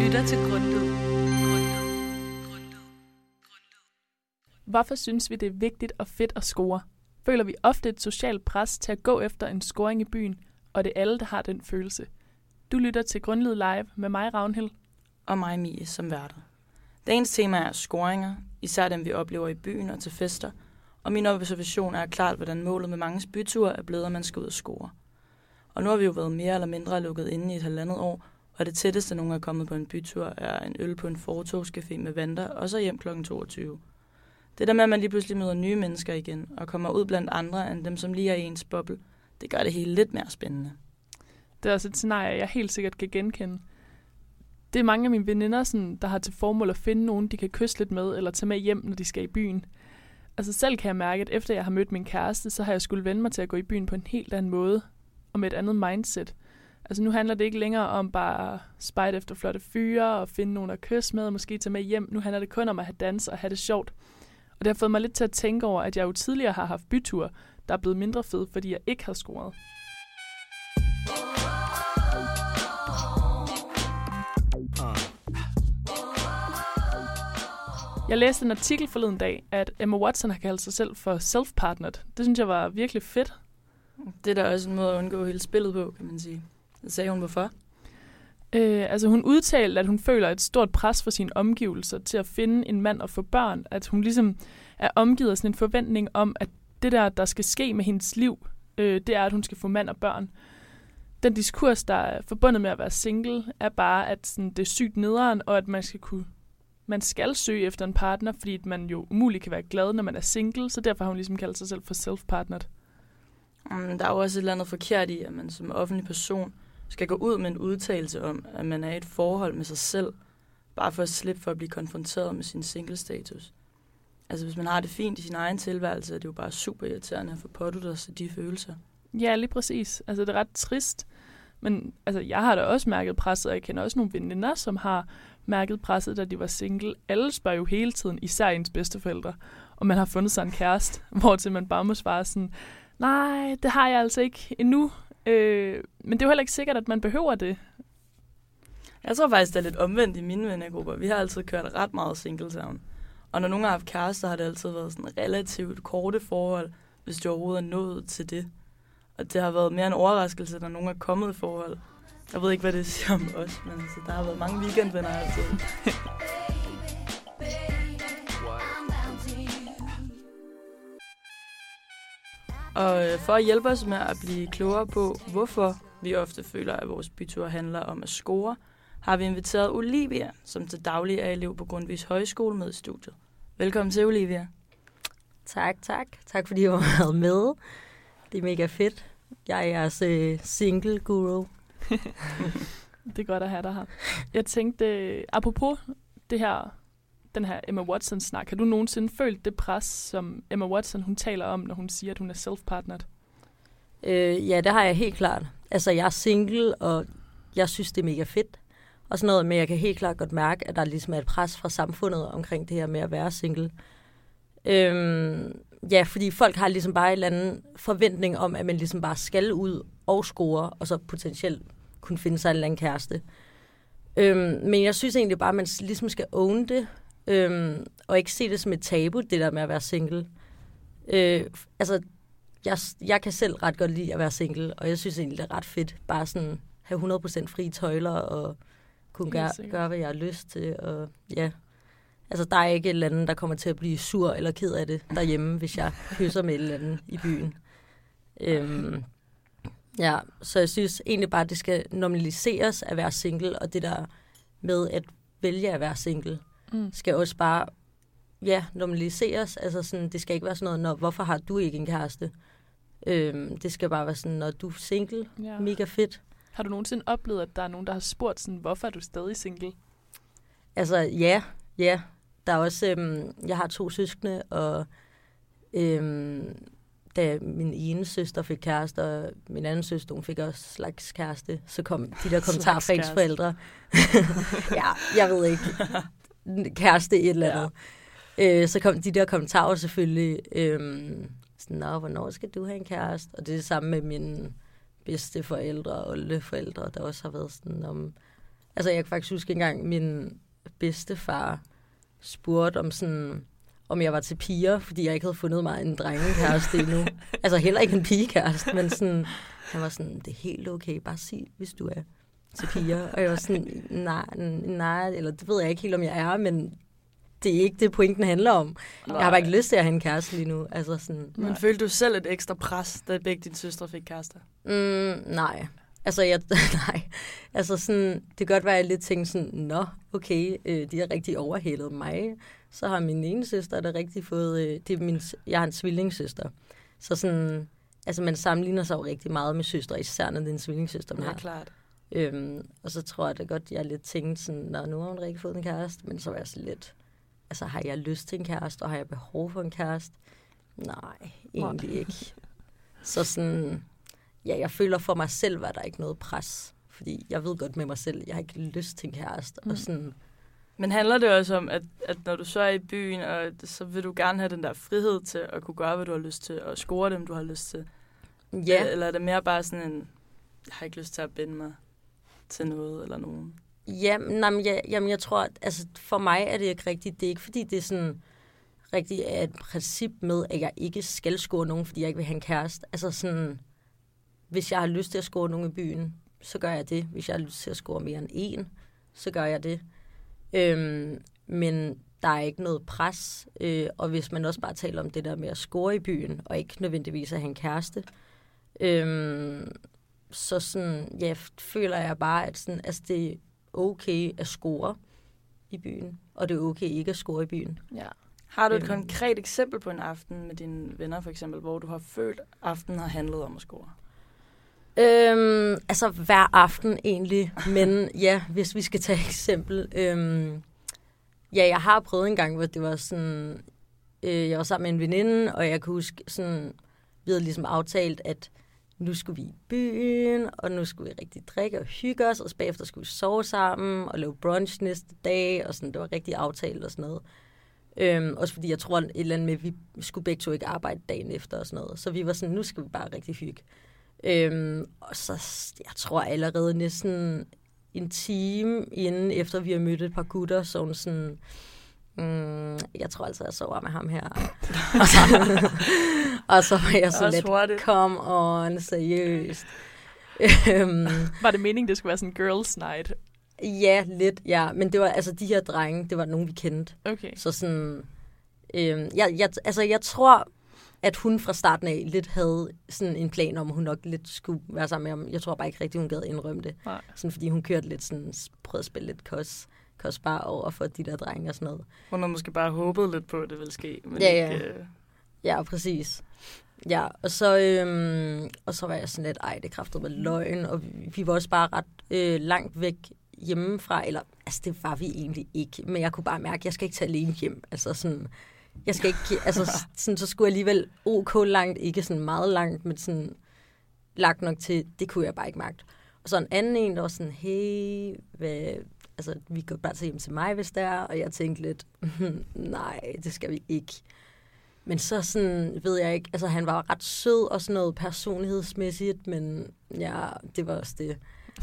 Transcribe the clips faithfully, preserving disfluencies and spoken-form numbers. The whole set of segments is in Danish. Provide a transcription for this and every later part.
lytter til Grundtvig. Hvorfor synes vi, det er vigtigt og fedt at score? Føler vi ofte et socialt pres til at gå efter en scoring i byen, og det er alle, der har den følelse. Du lytter til Grundtvig Live med mig, Ragnhild. Og mig, Mie, som værter. Dagens tema er scoringer, især dem vi oplever i byen og til fester, og min observation er klart, hvordan målet med mange byture er blevet, at man skal ud og score. Og nu har vi jo været mere eller mindre lukket inde i et halvandet år, og det tætteste, nogen er kommet på en bytur, er en øl på en fortogscafé med Vanda, og så hjem klokken toogtyve. Det der med, at man lige pludselig møder nye mennesker igen, og kommer ud blandt andre end dem, som lige er i ens boble, det gør det hele lidt mere spændende. Det er også et scenarie, jeg helt sikkert kan genkende. Det er mange af mine veninder, sådan, der har til formål at finde nogen, de kan kysse lidt med, eller tage med hjem, når de skal i byen. Altså selv kan jeg mærke, at efter jeg har mødt min kæreste, så har jeg skulle vende mig til at gå i byen på en helt anden måde, og med et andet mindset. Altså nu handler det ikke længere om bare at spejde efter flotte fyre, og finde nogen at kysse med, og måske tage med hjem. Nu handler det kun om at have dans og have det sjovt. Og det har fået mig lidt til at tænke over, at jeg jo tidligere har haft byture, der er blevet mindre fed, fordi jeg ikke har scoret. Jeg læste en artikel forleden dag, at Emma Watson har kaldt sig selv for self-partnered. Det synes jeg var virkelig fedt. Det er da også en måde at undgå hele spillet på, kan man sige. Så sagde hun hvorfor? Øh, altså hun udtalte, at hun føler et stort pres for sine omgivelser til at finde en mand og få børn. At hun ligesom er omgivet af sådan en forventning om, at det der, der skal ske med hendes liv, øh, det er, at hun skal få mand og børn. Den diskurs, der er forbundet med at være single, er bare, at sådan, det er sygt nederen, og at man skal kunne man skal søge efter en partner, fordi man jo umuligt kan være glad, når man er single, så derfor har hun ligesom kaldt sig selv for self-partnered. Um, der er jo også et eller andet forkert i, at man som offentlig person skal gå ud med en udtalelse om, at man er i et forhold med sig selv, bare for at slippe for at blive konfronteret med sin single-status. Altså hvis man har det fint i sin egen tilværelse, er det jo bare super irriterende at få påduttet sig de følelser. Ja, lige præcis. Altså det er ret trist. Men altså, jeg har da også mærket presset, og jeg kender også nogle veninder, som har mærket presset, da de var single. Alle spørger jo hele tiden, især ens bedsteforældre, og man har fundet sig en kæreste, hvor til man bare må svare sådan, nej, det har jeg altså ikke endnu. Øh, men det er jo heller ikke sikkert, at man behøver det. Jeg tror faktisk, det er lidt omvendt i mine vennegrupper. Vi har altid kørt ret meget single sammen. Og når nogen har haft kærester, har det altid været sådan relativt korte forhold, hvis du overhovedet er nået til det. Og det har været mere en overraskelse, når nogen er kommet i forhold. Jeg ved ikke, hvad det siger om os, men altså, der har været mange weekendvenner altid. Og for at hjælpe os med at blive klogere på, hvorfor vi ofte føler, at vores bytur handler om at score, har vi inviteret Olivia, som til daglig er elev på Grundtvigs Højskole, med i studiet. Velkommen til, Olivia. Tak, tak. Tak fordi jeg var været med. Det er mega fedt. Jeg er jeres øh, single guru. Det er godt at have dig her. Jeg tænkte, apropos det her, den her Emma Watson-snak, har du nogensinde følt det pres, som Emma Watson hun taler om, når hun siger, at hun er self-partnered? Øh, ja, det har jeg helt klart. Altså, jeg er single, og jeg synes, det er mega fedt. Og sådan noget, men jeg kan helt klart godt mærke, at der ligesom er et pres fra samfundet omkring det her med at være single. Øhm, ja, fordi folk har ligesom bare en eller anden forventning om, at man ligesom bare skal ud og score, og så potentielt kunne finde sig en eller anden kæreste. Øhm, men jeg synes egentlig bare, at man ligesom skal own det, øhm, og ikke se det som et tabu, det der med at være single. Øh, altså, jeg, jeg kan selv ret godt lide at være single, og jeg synes egentlig, det er ret fedt. Bare sådan have hundrede procent frie tøjler, og kunne gøre, gøre, hvad jeg har lyst til, og ja. Altså, der er ikke et eller andet, der kommer til at blive sur eller ked af det derhjemme, hvis jeg kysser med et eller andet i byen. Øhm, ja, så jeg synes egentlig bare, at det skal normaliseres at være single, og det der med at vælge at være single, mm. skal også bare, ja, normaliseres. Altså, sådan, det skal ikke være sådan noget, når, hvorfor har du ikke en kæreste? Øhm, det skal bare være sådan, når du er single, ja. Mega fedt. Har du nogensinde oplevet, at der er nogen, der har spurgt sådan, hvorfor er du stadig single? Altså, ja, ja. Der er også, øhm, jeg har to søskende, og øhm, da min ene søster fik kæreste, og min anden søster, hun fik også slags kæreste, så kom de der kommentarer fra ens forældre. Ja, jeg ved ikke. Kæreste et eller andet. Ja. Øh, så kom de der kommentarer selvfølgelig, øhm, sådan, nå, hvornår skal du have en kæreste? Og det er det samme med mine bedste forældre og oldeforældre, der også har været sådan om, Altså, jeg kan faktisk huske engang, min bedstefar spurgte om sådan, om jeg var til piger, fordi jeg ikke havde fundet mig en drengekæreste endnu. Altså, heller ikke en pigekæreste, men sådan, han var sådan, det er helt okay, bare sig, hvis du er til piger. Og jeg var sådan, nej, nej, eller det ved jeg ikke helt, om jeg er, men det er ikke det, pointen handler om. Nej. Jeg har bare ikke lyst til at have en kæreste lige nu. Altså sådan, men følte du selv et ekstra pres, da begge dine søstre fik kærester? Mm, nej. Altså, jeg, nej. Altså sådan, det kan godt være, at jeg lidt tænkte sådan, nå, okay, øh, de har rigtig overhældet mig. Så har min ene søster, der rigtig fået, øh, det er min, jeg har en tvillingssøster. Så sådan, altså man sammenligner sig jo rigtig meget med søstre, især når det er en tvillingssøster, man ja, har. klart. Øhm, og så tror jeg da godt, jeg lidt tænkte sådan, nå, nu har hun rigtig fået en kæreste, men så var jeg så lidt, altså har jeg lyst til en kæreste, og har jeg behov for en kæreste? Nej, egentlig ikke. Så sådan, ja, jeg føler for mig selv, var der ikke noget pres. Fordi jeg ved godt med mig selv, jeg har ikke lyst til en kæreste. Mm. Og sådan. Men handler det også om, at, at når du så er i byen, og så vil du gerne have den der frihed til at kunne gøre, hvad du har lyst til, og score dem, du har lyst til? Ja. Eller er det mere bare sådan en, jeg har ikke lyst til at binde mig til noget eller nogen? Jamen, jamen, jeg, jamen, jeg tror, at altså, for mig er det ikke rigtigt. Det er ikke, fordi det er sådan rigtigt er et princip med, at jeg ikke skal score nogen, fordi jeg ikke vil have en kæreste. Altså sådan, hvis jeg har lyst til at score nogen i byen, så gør jeg det. Hvis jeg har lyst til at score mere end en, så gør jeg det. Øhm, men der er ikke noget pres. Øh, og hvis man også bare taler om det der med at score i byen, og ikke nødvendigvis at have en kæreste, øhm, så sådan, ja, føler jeg bare, at sådan, altså, det er okay at score i byen, og det er okay ikke at score i byen. Ja. Har du et øhm. konkret eksempel på en aften med dine venner, for eksempel, hvor du har følt, at aftenen har handlet om at score? Øhm, altså hver aften egentlig, men ja, hvis vi skal tage et eksempel. Øhm, ja, jeg har prøvet en gang, hvor det var sådan, øh, jeg var sammen med en veninde, og jeg kan huske sådan, vi havde ligesom aftalt, at nu skulle vi i byen, og nu skulle vi rigtig drikke og hygge os, og bagefter skulle vi sove sammen, og lave brunch næste dag, og sådan, det var rigtig aftalt og sådan noget. Øhm, også fordi jeg tror et eller andet med, at vi skulle begge to ikke arbejde dagen efter og sådan noget. Så vi var sådan, nu skal vi bare rigtig hygge. Øhm, og så, jeg tror allerede næsten en time inden efter vi har mødt et par gutter, så hun sådan, mm, jeg tror altså, jeg sover med ham her. og, så, og så var jeg så lidt, come on, seriøst. øhm, var det meningen, det skulle være sådan girls night? Ja, lidt, ja. Men det var altså de her drenge, det var nogen, vi kendte. Okay. Så sådan, øhm, jeg, jeg, altså jeg tror, at hun fra starten af lidt havde sådan en plan om, at hun nok lidt skulle være sammen med ham. Jeg tror bare ikke rigtig, hun gad indrømme det. Nej. Sådan, fordi hun kørte lidt sådan, prøvede at spille lidt kos, kostbar over for de der drenge og sådan noget. Hun har måske bare håbet lidt på, at det ville ske. Men ja, ja. Ikke, øh... ja, præcis. Ja, og så, øhm, og så var jeg sådan lidt, ej, det kræftede med løgn, og vi, vi var også bare ret øh, langt væk hjemmefra, eller, altså det var vi egentlig ikke, men jeg kunne bare mærke, at jeg skal ikke tage alene hjem. Altså sådan, jeg skal ikke, altså sådan, så skulle jeg alligevel ok langt, ikke sådan meget langt, men sådan lagt nok til, det kunne jeg bare ikke mærke. Og så en anden en, der var sådan, hey, hvad, altså vi går bare til hjem til mig, hvis det er, og jeg tænkte lidt, nej, det skal vi ikke. Men så sådan, ved jeg ikke, altså han var ret sød og sådan noget personlighedsmæssigt, men ja, det var også det.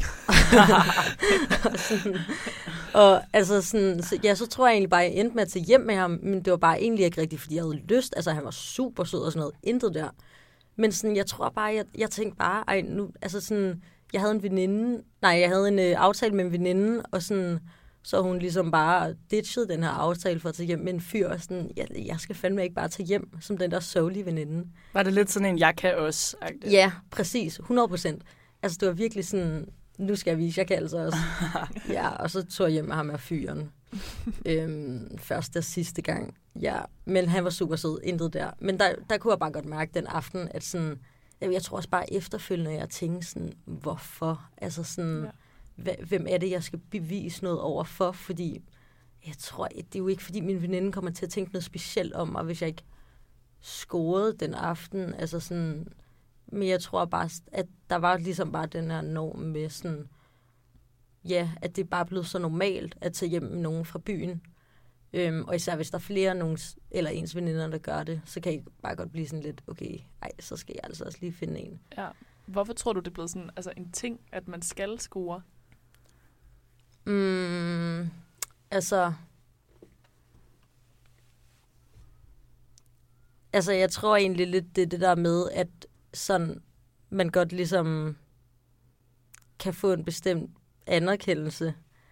og, sådan, og altså sådan, så, ja, så tror jeg egentlig bare, jeg endte med at tage hjem med ham, men det var bare egentlig ikke rigtigt, fordi jeg havde lyst. Altså han var super sød og sådan noget, intet der. Men sådan, jeg tror bare, jeg, jeg tænkte bare, ej nu, altså sådan, jeg havde en veninde, nej, jeg havde en øh, aftale med en veninde, og sådan, så hun ligesom bare ditchede den her aftale for at tage hjem med en fyr, og sådan, jeg, jeg skal fandme ikke bare tage hjem, som den der sørgelige veninde. Var det lidt sådan en, jeg kan også? -agtigt? Ja, præcis, hundrede procent. Altså, det var virkelig sådan, nu skal jeg vise, jeg kan altså også. Ja, og så tog jeg hjem med ham af fyren. øhm, første og sidste gang. Ja, men han var super sød, intet der. Men der, der kunne jeg bare godt mærke den aften, at sådan, jeg tror også bare efterfølgende, jeg tænkte sådan, hvorfor? Altså sådan, ja. Hvem er det, jeg skal bevise noget over for? Fordi jeg tror, det er jo ikke, fordi min veninde kommer til at tænke noget specielt om mig, hvis jeg ikke scorede den aften. Altså sådan, men jeg tror bare, at der var ligesom bare den her norm med sådan, ja, at det er bare blevet så normalt at tage hjem med nogen fra byen. Øhm, og især hvis der er flere nogen, eller ens veninder, der gør det, så kan jeg bare godt blive sådan lidt, okay, ej, så skal jeg altså også lige finde en. Ja. Hvorfor tror du, det er blevet sådan, altså en ting, at man skal score? Mm, altså... Altså, jeg tror egentlig lidt, det er det der med, at sådan, man godt ligesom kan få en bestemt anerkendelse,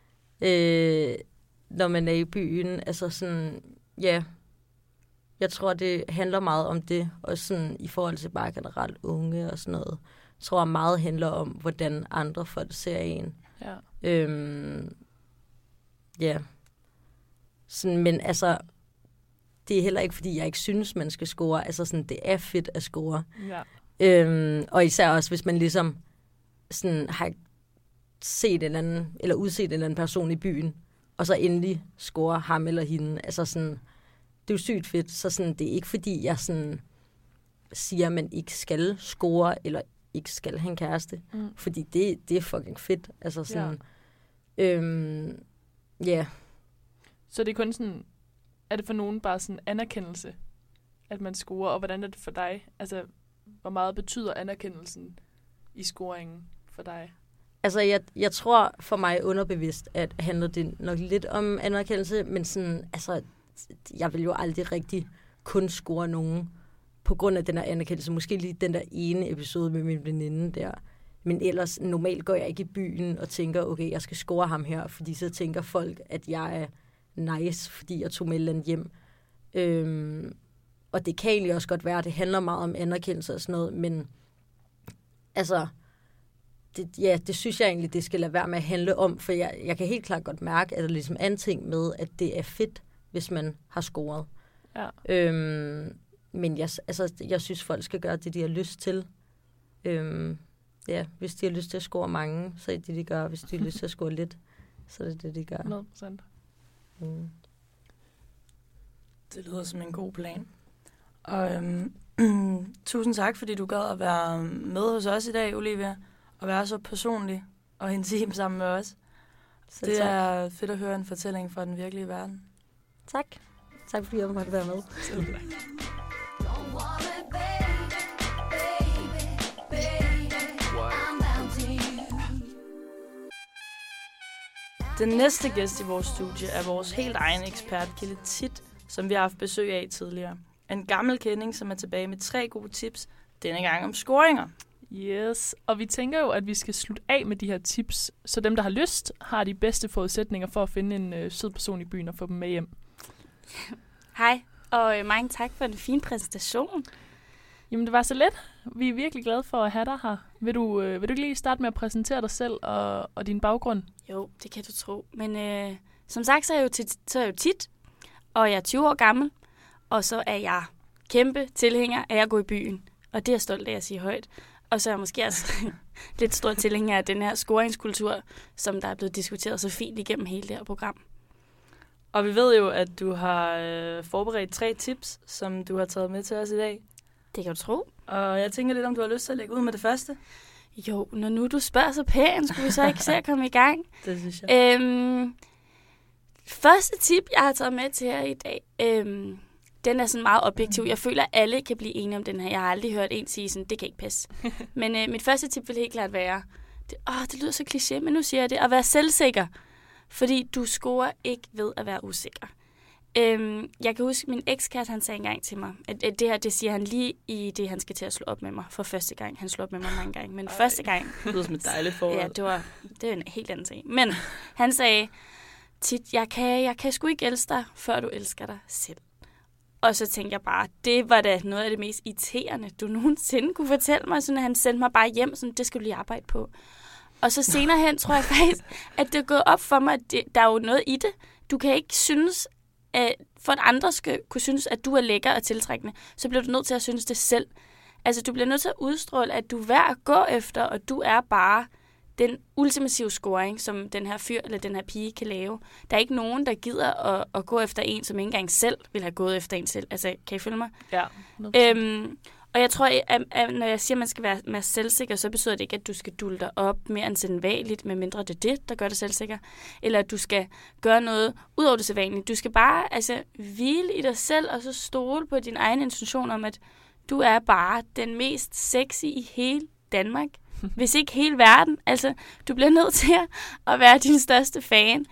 øh, når man er i byen. Altså sådan, ja, jeg tror, det handler meget om det, og sådan i forhold til bare generelt unge og sådan noget. Jeg tror, meget handler om, hvordan andre folk ser en. Ja. Øhm, ja. Sådan, men altså, det er heller ikke, fordi jeg ikke synes, man skal score. Altså sådan, det er fedt at score. Ja. Øhm, og især også, hvis man ligesom sådan har set en eller anden, eller udset en eller anden person i byen, og så endelig score ham eller hende. Altså sådan, det er jo sygt fedt. Så sådan, det er ikke, fordi jeg sådan siger, at man ikke skal score, eller ikke skal have en kæreste. Mm. Fordi det, det er fucking fedt. Altså sådan, ja. Øhm, yeah. Så det er kun sådan, er det for nogen bare sådan anerkendelse, at man scorer, og hvordan er det for dig? Altså, hvor meget betyder anerkendelsen i scoringen for dig? Altså, jeg, jeg tror for mig underbevidst, at handler det nok lidt om anerkendelse, men sådan, altså, jeg vil jo aldrig rigtig kun score nogen på grund af den her anerkendelse. Måske lige den der ene episode med min veninde der. Men ellers, normalt går jeg ikke i byen og tænker, okay, jeg skal score ham her, fordi så tænker folk, at jeg er nice, fordi jeg tog med et eller andet hjem. Øhm, og det kan egentlig også godt være, at det handler meget om anerkendelse og sådan noget, men altså, det, ja, det synes jeg egentlig, det skal lade være med at handle om, for jeg, jeg kan helt klart godt mærke, at der ligesom er en ting med, at det er fedt, hvis man har scoret. Ja. Øhm, men jeg, altså, jeg synes, folk skal gøre det, de har lyst til. Øhm, ja, hvis de har lyst til at score mange, så er det det, de gør. Hvis de har lyst til at score lidt, så er det det, de gør. hundrede procent. Mm. Det lyder som en god plan. Og øhm, tusind tak, fordi du gad at være med hos os i dag, Olivia, og være så personlig og intim sammen med os. Så det tak. er fedt at høre en fortælling fra den virkelige verden. Tak. Tak fordi jeg måtte være med. Selv tak. Den næste gæst i vores studie er vores helt egen ekspert, Kille Tit, som vi har haft besøg af tidligere. En gammel kending, som er tilbage med tre gode tips, denne gang om scoringer. Yes, og vi tænker jo, at vi skal slutte af med de her tips, så dem, der har lyst, har de bedste forudsætninger for at finde en øh, sød person i byen og få dem med hjem. Hej, og øh, mange tak for en fin præsentation. Jamen, det var så let. Vi er virkelig glade for at have dig her. Vil du, øh, vil du ikke lige starte med at præsentere dig selv og, og din baggrund? Jo, det kan du tro. Men øh, som sagt, så er, jeg jo tit, så er jeg jo tit, og jeg er tyve år gammel, og så er jeg kæmpe tilhænger af at gå i byen. Og det er jeg stolt af at sige højt. Og så er jeg måske også lidt stor tilhænger af den her scoringskultur, som der er blevet diskuteret så fint igennem hele det her program. Og vi ved jo, at du har øh, forberedt tre tips, som du har taget med til os i dag. Det kan du tro. Og jeg tænker lidt, om du har lyst til at lægge ud med det første. Jo, når nu du spørger så pænt, skulle vi så ikke se at komme i gang. Det synes jeg. Øhm, første tip, jeg har taget med til her i dag, øhm, den er sådan meget objektiv. Jeg føler, at alle kan blive enige om den her. Jeg har aldrig hørt en sige sådan, det kan ikke passe. Men øh, mit første tip vil helt klart være, det, åh, det lyder så kliché, men nu siger jeg det, at være selvsikker. Fordi du scorer ikke ved at være usikker. Øhm, jeg kan huske, min ekskæreste, han sagde engang til mig, at, at det her, det siger han lige i det, han skal til at slå op med mig for første gang. Han slår op med mig mange gange, men Ej, første gang... Det lyder som et dejligt forhold. Ja, det var, det var en helt anden ting. Men han sagde tit, jeg kan, jeg kan sgu ikke elske dig, før du elsker dig selv. Og så tænkte jeg bare, det var da noget af det mest irriterende, du nogensinde kunne fortælle mig. Sådan, at han sendte mig bare hjem, sådan, det skal du lige arbejde på. Og så senere hen tror jeg faktisk, at det er gået op for mig, at det, der er jo noget i det. Du kan ikke synes, at for at andre skal kunne synes, at du er lækker og tiltrækkende, så bliver du nødt til at synes det selv. Altså, du bliver nødt til at udstråle, at du er værd at gå efter, og du er bare den ultimative scoring, som den her fyr eller den her pige kan lave. Der er ikke nogen, der gider at, at gå efter en, som ikke engang selv vil have gået efter en selv. Altså, kan I følge mig? Ja. Øhm, og jeg tror, at, at når jeg siger, at man skal være mere selvsikker, så betyder det ikke, at du skal dulle dig op mere end sædvanligt, medmindre det er det, der gør dig selvsikker. Eller at du skal gøre noget ud over det sædvanlige. Du skal bare altså, hvile i dig selv, og så stole på din egen intention om, at du er bare den mest sexy i hele Danmark. hvis ikke hele verden. Altså, du bliver nødt til at være din største fan.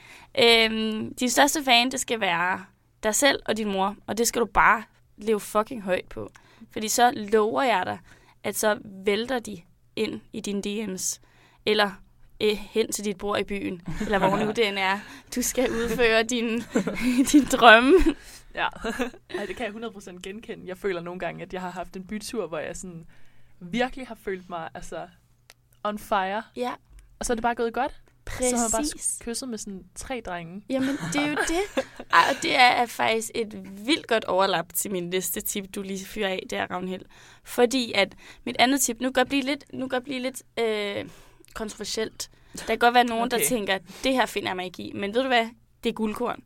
Øhm, din største fan, det skal være dig selv og din mor, og det skal du bare leve fucking højt på. Fordi så lover jeg dig, at så vælter de ind i dine D M's, eller øh, hen til dit bord i byen, eller hvor nu den er. Du skal udføre din, din drømme. Ja, Ej, det kan jeg hundrede procent genkende. Jeg føler nogle gange, at jeg har haft en bytur, hvor jeg sådan virkelig har følt mig altså on fire. Ja. Og så er det bare gået godt. Præcis. Så har jeg bare kysset med sådan tre drenge. Jamen, det er jo det. Ej, og det er faktisk et vildt godt overlap til min næste tip, du lige fyrer af, det er Ragnhild. Fordi at mit andet tip, nu kan jeg blive lidt, nu kan jeg blive lidt øh, kontroversielt. Der kan godt være nogen, okay. der tænker, det her finder jeg mig ikke i. Men ved du hvad? Det er guldkorn.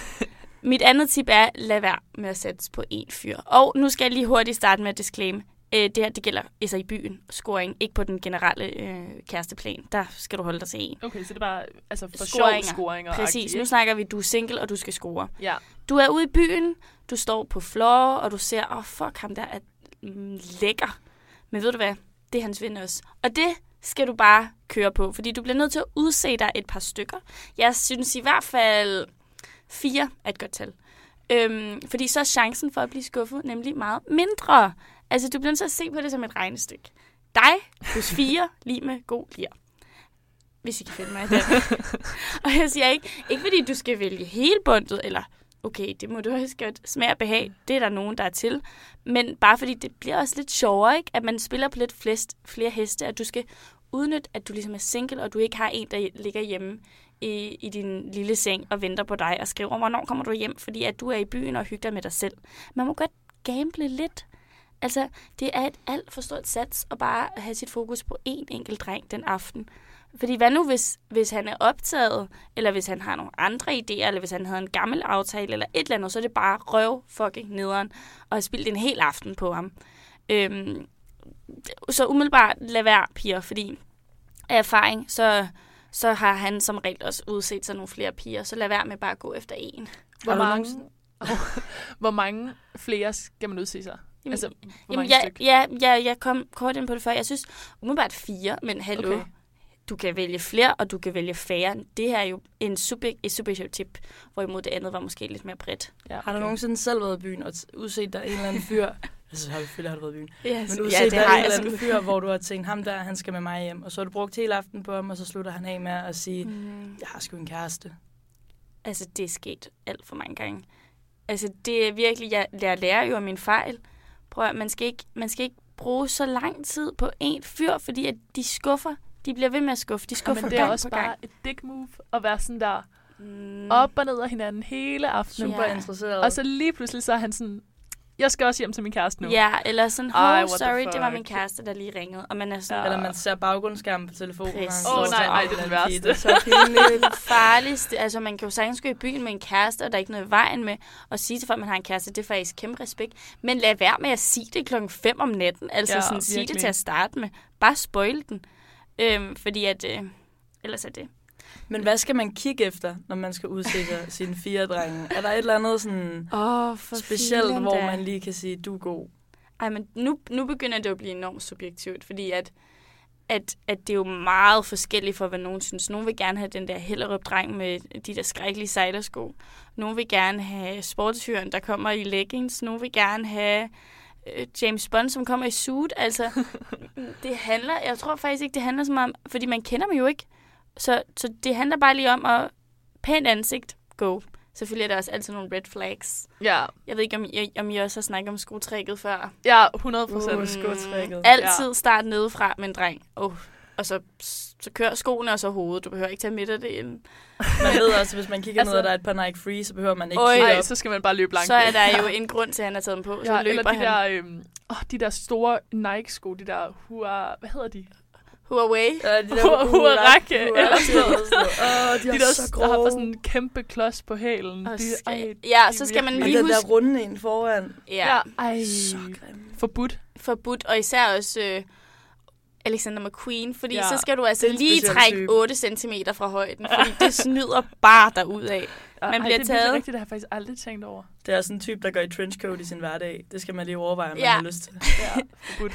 Mit andet tip er, lad være med at sætte på én fyr. Og nu skal jeg lige hurtigt starte med at disclaim. Det her, det gælder altså i byen, scoring, ikke på den generelle øh, kæresteplan. Der skal du holde dig til en. Okay, så det er bare altså for scoringer. sjov scoringer. Præcis, nu snakker vi, du er single, og du skal score. Ja. Du er ude i byen, du står på floor, og du ser, åh oh, fuck, ham der er mm, lækker. Men ved du hvad, det er hans ven også. Og det skal du bare køre på, fordi du bliver nødt til at udse dig et par stykker. Jeg synes i hvert fald fire er et godt tal. Øhm, fordi så er chancen for at blive skuffet nemlig meget mindre. Altså, du bliver nødt til at se på det som et regnestykke. Dig plus fire, lige med god lir. Hvis I kan finde mig i den. Og jeg siger ikke, ikke fordi du skal vælge hele bundet, eller okay, det må du også godt smage og behag. Det er der nogen, der er til. Men bare fordi det bliver også lidt sjovere, ikke? At man spiller på lidt flest, flere heste, at du skal udnytte, at du ligesom er single, og du ikke har en, der ligger hjemme i, i din lille seng og venter på dig og skriver, hvornår kommer du hjem, fordi at du er i byen og hygger dig med dig selv. Man må godt gamble lidt. Altså, det er et alt for stort sats at bare have sit fokus på én enkelt dreng den aften. Fordi hvad nu, hvis, hvis han er optaget, eller hvis han har nogle andre idéer, eller hvis han havde en gammel aftale, eller et eller andet, så er det bare røv fucking nederen, og have spildt en hel aften på ham. Øhm, så umiddelbart lad være, piger, fordi af erfaring, så, så har han som regel også udset sig nogle flere piger, så lad være med bare at gå efter en. Hvor mange, hvor mange flere skal man udse sig? Jamen, altså, hvor jamen, mange jeg, ja, ja, jeg kom kort ind på det før. Jeg synes umiddelbart fire, men hallo. Okay. Du kan vælge flere, og du kan vælge færre. Det her er jo en subjek- et subjektivt tip, hvorimod det andet var måske lidt mere bredt. Ja, okay. Har du nogensinde selv været i byen og t- udset dig en eller anden fyr? Altså, har du selvfølgelig har du været i byen. Yes. Men udset ja, dig en eller anden fyr, hvor du har tænkt, ham der, han skal med mig hjem. Og så har du brugt hele aften på ham, og så slutter han af med at sige, mm. jeg har sgu en kæreste. Altså, det er sket alt for mange gange. Altså, det er virkelig, jeg, jeg lærer jo af min fejl. Prøv at, man skal ikke, man skal ikke bruge så lang tid på én fyr, fordi at de skuffer. De bliver ved med at skuffe. De skuffer ja, men det er gang også på gang. bare et dick move at være sådan der mm. op og ned af hinanden hele aftenen. Super ja. interesseret. Og så lige pludselig så er han sådan, jeg skal også hjem til min kæreste nu. Ja, eller sådan, Ej, oh, sorry, det var min kæreste, der lige ringede. Og man er sådan, ja. Eller man ser baggrundsskærmen på telefonen. Åh oh, nej, nej, det er det værste. Det er så det farligste. Altså, man kan jo sagtens gå i byen med en kæreste, og der er ikke noget i vejen med at sige til folk, at man har en kæreste. Det er faktisk kæmpe respekt. Men lad være med at sige det klokken fem om natten. Altså, ja, sådan, sige det til at starte med. Bare spoil den. Øhm, fordi at, øh, ellers er det. Men hvad skal man kigge efter, når man skal udse sine fire drenge? Er der et eller andet sådan oh, specielt, hvor man lige kan sige, du er god? Ej, men nu, nu begynder det at blive enormt subjektivt, fordi at, at, at det er jo meget forskelligt for, hvad nogen synes. Nogen vil gerne have den der Hellerup-dreng med de der skrækkelige sejlersko. Nogen vil gerne have sportshyren, der kommer i leggings. Nogen vil gerne have øh, James Bond, som kommer i suit. Altså, det handler, jeg tror faktisk ikke, det handler så meget om, fordi man kender dem jo ikke. Så, så det handler bare lige om at pænt ansigt, go. Selvfølgelig er der også altid nogle red flags. Ja. Jeg ved ikke, om I, om I også har snakket om skruetrækket før. Ja, hundrede procent uh, skruetrækket. Altid start nedefra med en dreng. Oh. Og så, så kører skoene og så hovedet. Du behøver ikke tage midterdelen. Man ved også, hvis man kigger altså, ned, og der er et par Nike Free, så behøver man ikke øj, kigge op. Så skal man bare løbe langt. Så er der jo en grund til, at han har taget dem på. Så ja, løber eller de han. der, øhm, åh, de der store Nike-sko, de der Hua, hvad hedder de? Huawei. Ja, de der Huarakke. Eller sådan noget. Åh, de, de er der, så der har grove. bare sådan en kæmpe klods på hælen. Og de, skal, ej, ja, de så skal man Og lige den huske. der runde en foran. Ja. ja. Ej. Så grimme. Forbudt. Forbudt. Og især også, øh, Alexander McQueen, fordi Ja, så skal du altså det er en lige speciel trække type. otte centimeter fra højden, fordi det snyder bare derudad. Og, Man ej, bliver det er taget. virkelig rigtigt, det har jeg faktisk aldrig tænkt over. Det er sådan en type, der går i trenchcoat i sin hverdag. Det skal man lige overveje, om Ja. man har lyst til. Ja, forbudt.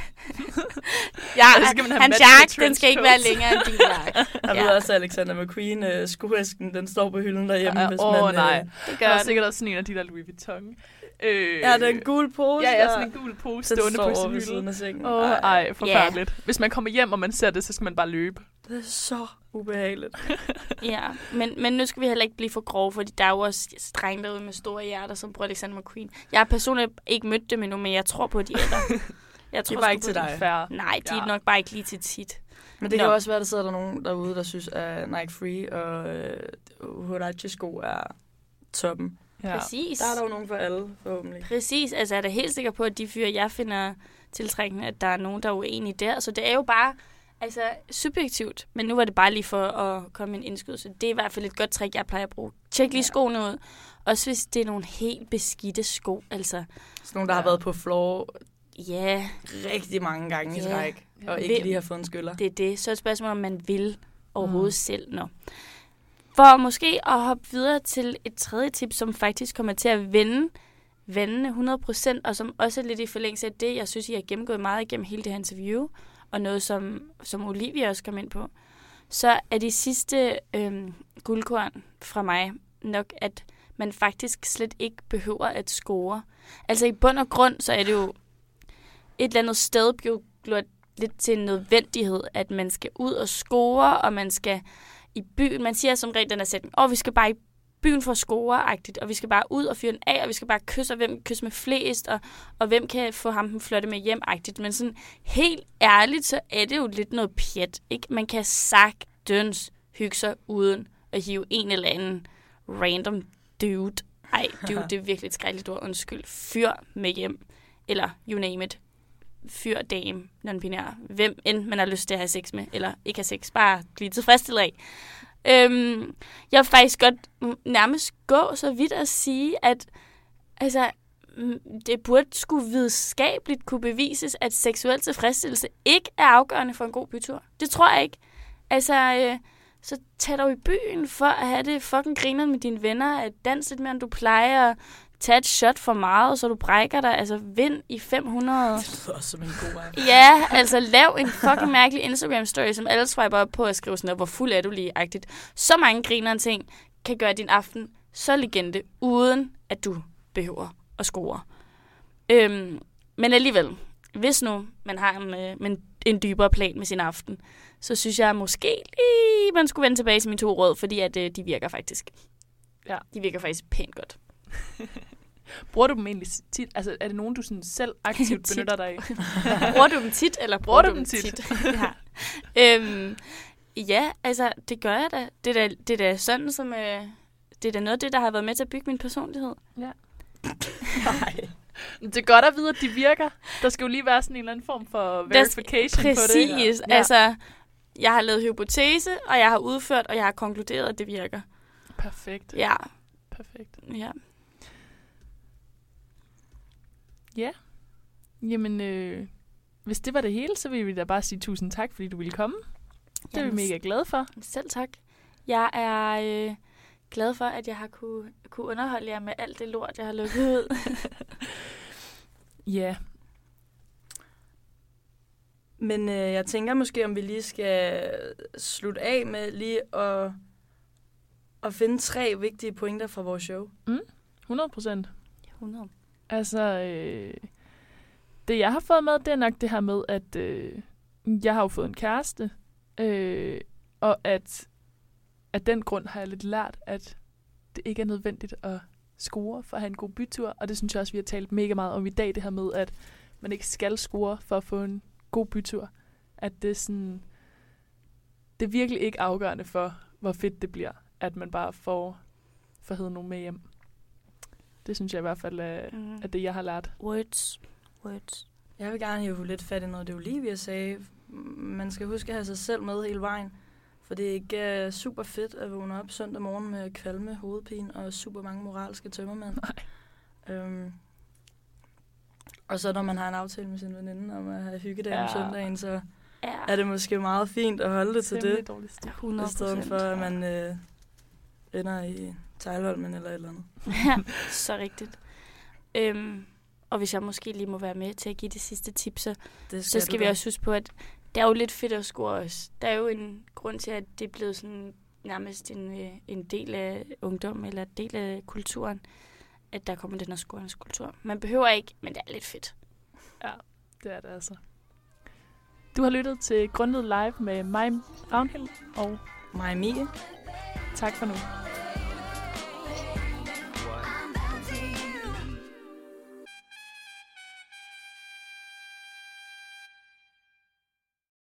Ja, Og så skal man have hans matchende jakke, den skal ikke være trenchcoats. længere end din jakke. Jeg Ja. ved også, at Alexander McQueen, øh, skoæsken, den står på hylden derhjemme. Ja, hvis åh, man, øh, nej. Det Der gør er det. sikkert også sådan en af de der Louis Vuitton. Øh, Ja, den gule pose. Ja, ja, der. sådan en gul pose Den stående står på over sin ved hylde. siden af sengen. Åh, oh, ej, forfærdeligt. Ja. Hvis man kommer hjem, og man ser det, så skal man bare løbe. Det er så ubehageligt. Ja, men, men nu skal vi heller ikke blive for grove, fordi der er jo også strenge derude med store hjerter, som bruger Alexander McQueen. Jeg har personligt ikke mødt dem endnu, men jeg tror på, at de er der. Jeg De er tror bare sgu ikke på til det. dig. Fair. Nej, de er Ja. nok bare ikke lige til tit. Men det Nå. kan jo også være, at der sidder der nogen derude, der synes, at Nike Free og øh, Huarache-sko er toppen. Ja. Præcis. Der er der jo nogen for alle, forhåbentlig. Præcis. Altså, jeg er da helt sikker på, at de fyre, jeg finder tiltrækkende, at der er nogen, der er uenige der. Så det er jo bare altså, subjektivt. Men nu var det bare lige for at komme med en indskydelse. Det er i hvert fald et godt trick, jeg plejer at bruge. Tjek lige Ja. skoene ud. Også hvis det er nogle helt beskidte sko. Altså, Sådan nogen, der har Ja. været på floor ja, rigtig mange gange i Ja. træk, og Ja. ikke Hvem- lige har fået en skyller. det er det. Så er et spørgsmål, om man vil overhovedet Mm. mm. selv. Nå. For måske at hoppe videre til et tredje tip, som faktisk kommer til at vende vandene hundrede procent, og som også er lidt i forlængelse af det, jeg synes, I har gennemgået meget igennem hele det her interview, og noget, som, som Olivia også kom ind på, så er de sidste øhm, guldkorn fra mig nok, at man faktisk slet ikke behøver at score. Altså i bund og grund, så er det jo et eller andet sted blevet gjort lidt til en nødvendighed, at man skal ud og score, og man skal i byen. Man siger som regel den her sætning, åh, vi skal bare i byen for at score-agtigt, og vi skal bare ud og fyre den af, og vi skal bare kysse, og hvem kan kysse med flest, og, og hvem kan få ham den flotte med hjem-agtigt. Men sådan helt ærligt, så er det jo lidt noget pjat, ikke? Man kan sagtens hygge sig uden at hive en eller anden random dude. Ej, dude, det er virkelig et skrækkeligt ord, undskyld. Fyr med hjem, eller you name it. Fyr, dame, non-binær. Hvem end man har lyst til at have sex med, eller ikke have sex, bare blive tilfredsstillet af. Øhm, jeg vil faktisk godt nærmest gå så vidt at sige, at altså, det burde sgu videnskabeligt kunne bevises, at seksuel tilfredsstillelse ikke er afgørende for en god bytur. Det tror jeg ikke. Altså, øh, så tag dig i byen for at have det fucking griner med dine venner, at danse lidt mere, end du plejer, tage et shot for meget, så du brækker dig. Altså, vind i fem hundrede. Det lyder også som en god vej. Ja, altså lav en fucking mærkelig Instagram-story, som alle swiper op på at skrive sådan noget, hvor fuld er du lige-agtigt. Så mange griner ting kan gøre din aften så legende, uden at du behøver at score. Øhm, men alligevel, hvis nu man har en, øh, en, en dybere plan med sin aften, så synes jeg måske lige, man skulle vende tilbage til mine to råd, fordi at, øh, de virker faktisk. Ja. De virker faktisk pænt godt. Bruger du dem egentlig tit? Altså, er det nogen, du sådan selv aktivt Tit. benytter dig af? Bruger du dem tit, eller bruger, du dem tit? ja. Øhm, ja, altså, det gør jeg da. Det er da, det er da sådan, som... Øh, det er da noget af det, der har været med til at bygge min personlighed. Ja. Nej. Det er godt at vide, at de virker. Der skal jo lige være sådan en eller anden form for verification Præcis. på det. Præcis. Ja. Altså, jeg har lavet hypotese, og jeg har udført, og jeg har konkluderet, at det virker. Perfekt. Ja. Perfekt. Ja. Ja. Jamen, øh, hvis det var det hele, så vil vi da bare sige tusind tak, fordi du ville komme. Det er vi Jamen, mega glade for. Selv tak. Jeg er øh, glad for, at jeg har kunne, kunne underholde jer med alt det lort, jeg har lukket ud. Ja. Men øh, jeg tænker måske, om vi lige skal slutte af med lige at, at finde tre vigtige pointer fra vores show. hundrede procent. hundrede. Altså, øh, det jeg har fået med, det er nok det her med, at øh, jeg har jo fået en kæreste, øh, og at af den grund har jeg lidt lært, at det ikke er nødvendigt at score for at have en god bytur, og det synes jeg også, vi har talt mega meget om i dag, det her med, at man ikke skal score for at få en god bytur. At det er sådan, det er virkelig ikke afgørende for, hvor fedt det bliver, at man bare får forheden nogen med hjem. Det synes jeg i hvert fald er, Mm. er det, jeg har lært. Words. Words. Jeg vil gerne hive lidt fat i noget, det Olivia sagde. Man skal huske at have sig selv med hele vejen. For det er ikke uh, super fedt at vågne op søndag morgen med kvalme, hovedpine og super mange moralske tømmermænd. Nej. Øhm, og så når man har en aftale med sin veninde om at have hyggedag om Ja. søndagen, så Ja, er det måske meget fint at holde det til det, dårlig stil. hundrede i stedet for, at man øh, ender i Teglholmen eller et eller andet. Ja, så rigtigt. Øhm, og hvis jeg måske lige må være med til at give det sidste tip, så, Det så skal du vi da. også huske på, at det er jo lidt fedt at score også. Der er jo en grund til, at det er blevet sådan nærmest en, øh, en del af ungdom, eller en del af kulturen, at der kommer den her scoringskultur. Man behøver ikke, men det er lidt fedt. Ja, det er det altså. Du har lyttet til Grundtved Live med mig, Ragnhild, og Mig, Mie. tak for nu.